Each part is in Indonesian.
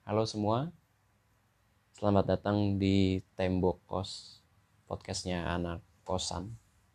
Halo semua, selamat datang di Tembok Kos, podcastnya anak kosan.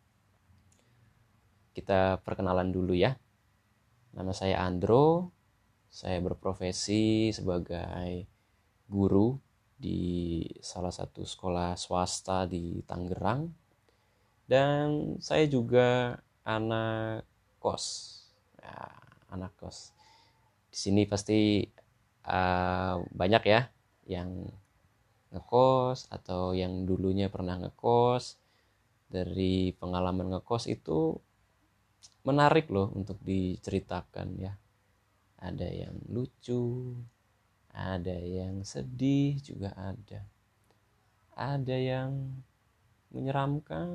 Kita perkenalan dulu ya. Nama saya Andro, saya berprofesi sebagai guru di salah satu sekolah swasta di Tangerang. Dan saya juga anak kos. Ya, anak kos. Di sini pasti banyak ya yang ngekos atau yang dulunya pernah ngekos. Dari pengalaman ngekos itu menarik loh untuk diceritakan ya. Ada yang lucu, ada yang sedih juga ada. Ada yang menyeramkan.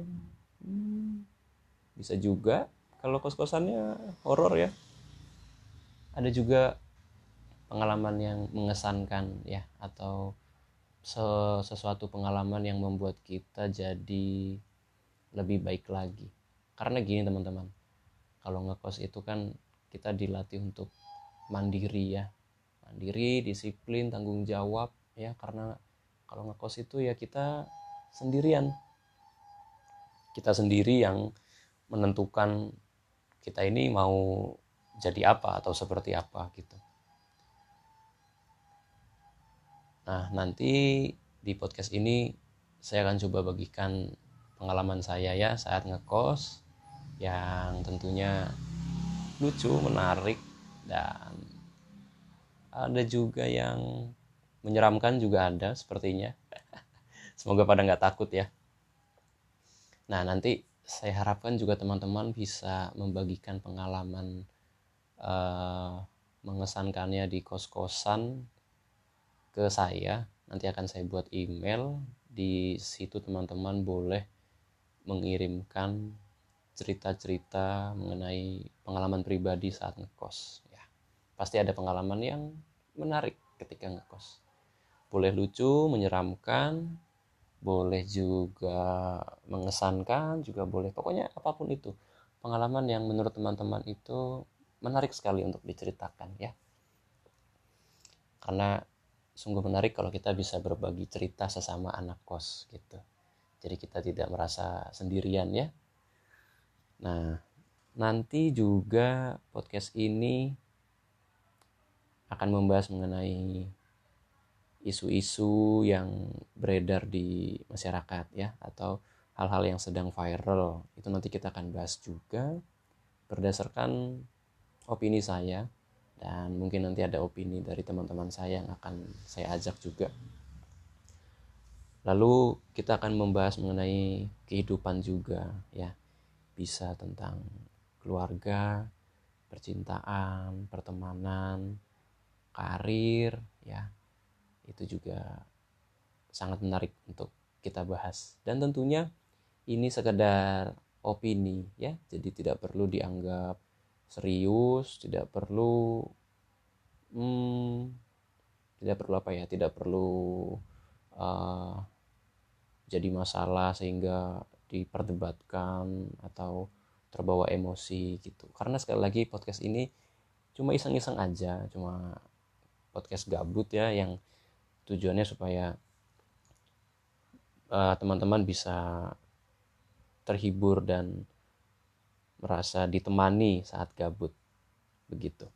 Bisa juga kalau kos-kosannya horor ya. Ada juga pengalaman yang mengesankan ya, atau sesuatu pengalaman yang membuat kita jadi lebih baik lagi. Karena gini teman-teman, kalau ngekos itu kan kita dilatih untuk mandiri ya, mandiri, disiplin, tanggung jawab ya. Karena kalau ngekos itu ya kita sendirian, kita sendiri yang menentukan kita ini mau jadi apa atau seperti apa gitu. Nah, nanti di podcast ini saya akan coba bagikan pengalaman saya ya saat ngekos, yang tentunya lucu, menarik, dan ada juga yang menyeramkan juga ada sepertinya. Semoga pada nggak takut ya. Nah, nanti saya harapkan juga teman-teman bisa membagikan pengalaman mengesankannya di kos-kosan ke saya. Nanti akan saya buat email. Di situ teman-teman boleh mengirimkan cerita-cerita mengenai pengalaman pribadi saat ngekos ya. Pasti ada pengalaman yang menarik ketika ngekos. Boleh lucu, menyeramkan, boleh juga mengesankan, juga boleh. Pokoknya apapun itu. Pengalaman yang menurut teman-teman itu menarik sekali untuk diceritakan ya. Karena sungguh menarik kalau kita bisa berbagi cerita sesama anak kos gitu. Jadi kita tidak merasa sendirian ya. Nah, nanti juga podcast ini akan membahas mengenai isu-isu yang beredar di masyarakat ya, atau hal-hal yang sedang viral. Itu nanti kita akan bahas juga berdasarkan opini saya, dan mungkin nanti ada opini dari teman-teman saya yang akan saya ajak juga. Lalu kita akan membahas mengenai kehidupan juga ya. Bisa tentang keluarga, percintaan, pertemanan, karir ya. Itu juga sangat menarik untuk kita bahas. Dan tentunya ini sekedar opini ya. Jadi tidak perlu dianggap serius, tidak perlu tidak perlu uh, jadi masalah sehingga diperdebatkan atau terbawa emosi gitu. Karena sekali lagi podcast ini cuma iseng-iseng aja, cuma podcast gabut ya, yang tujuannya supaya teman-teman bisa terhibur dan merasa ditemani saat gabut begitu.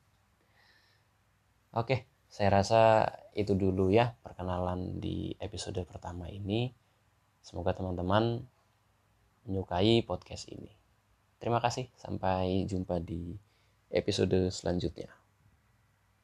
Oke, saya rasa itu dulu ya perkenalan di episode pertama ini. Semoga teman-teman menyukai podcast ini. Terima kasih, sampai jumpa di episode selanjutnya.